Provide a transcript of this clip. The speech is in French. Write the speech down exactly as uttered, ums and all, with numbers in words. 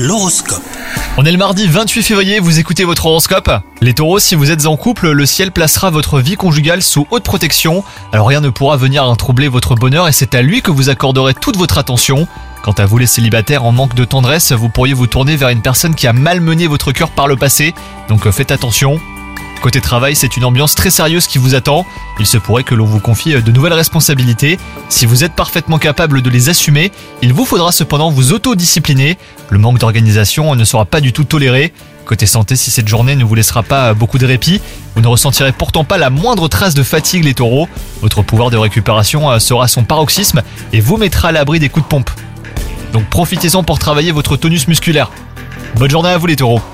L'horoscope. On est le mardi vingt-huit février, vous écoutez votre horoscope. Les taureaux, si vous êtes en couple, le ciel placera votre vie conjugale sous haute protection. Alors rien ne pourra venir troubler votre bonheur et c'est à lui que vous accorderez toute votre attention. Quant à vous les célibataires en manque de tendresse, vous pourriez vous tourner vers une personne qui a malmené votre cœur par le passé, donc faites attention. Côté travail, c'est une ambiance très sérieuse qui vous attend. Il se pourrait que l'on vous confie de nouvelles responsabilités. Si vous êtes parfaitement capable de les assumer, il vous faudra cependant vous autodiscipliner. Le manque d'organisation ne sera pas du tout toléré. Côté santé, si cette journée ne vous laissera pas beaucoup de répit, vous ne ressentirez pourtant pas la moindre trace de fatigue les taureaux. Votre pouvoir de récupération sera son paroxysme et vous mettra à l'abri des coups de pompe. Donc profitez-en pour travailler votre tonus musculaire. Bonne journée à vous les taureaux.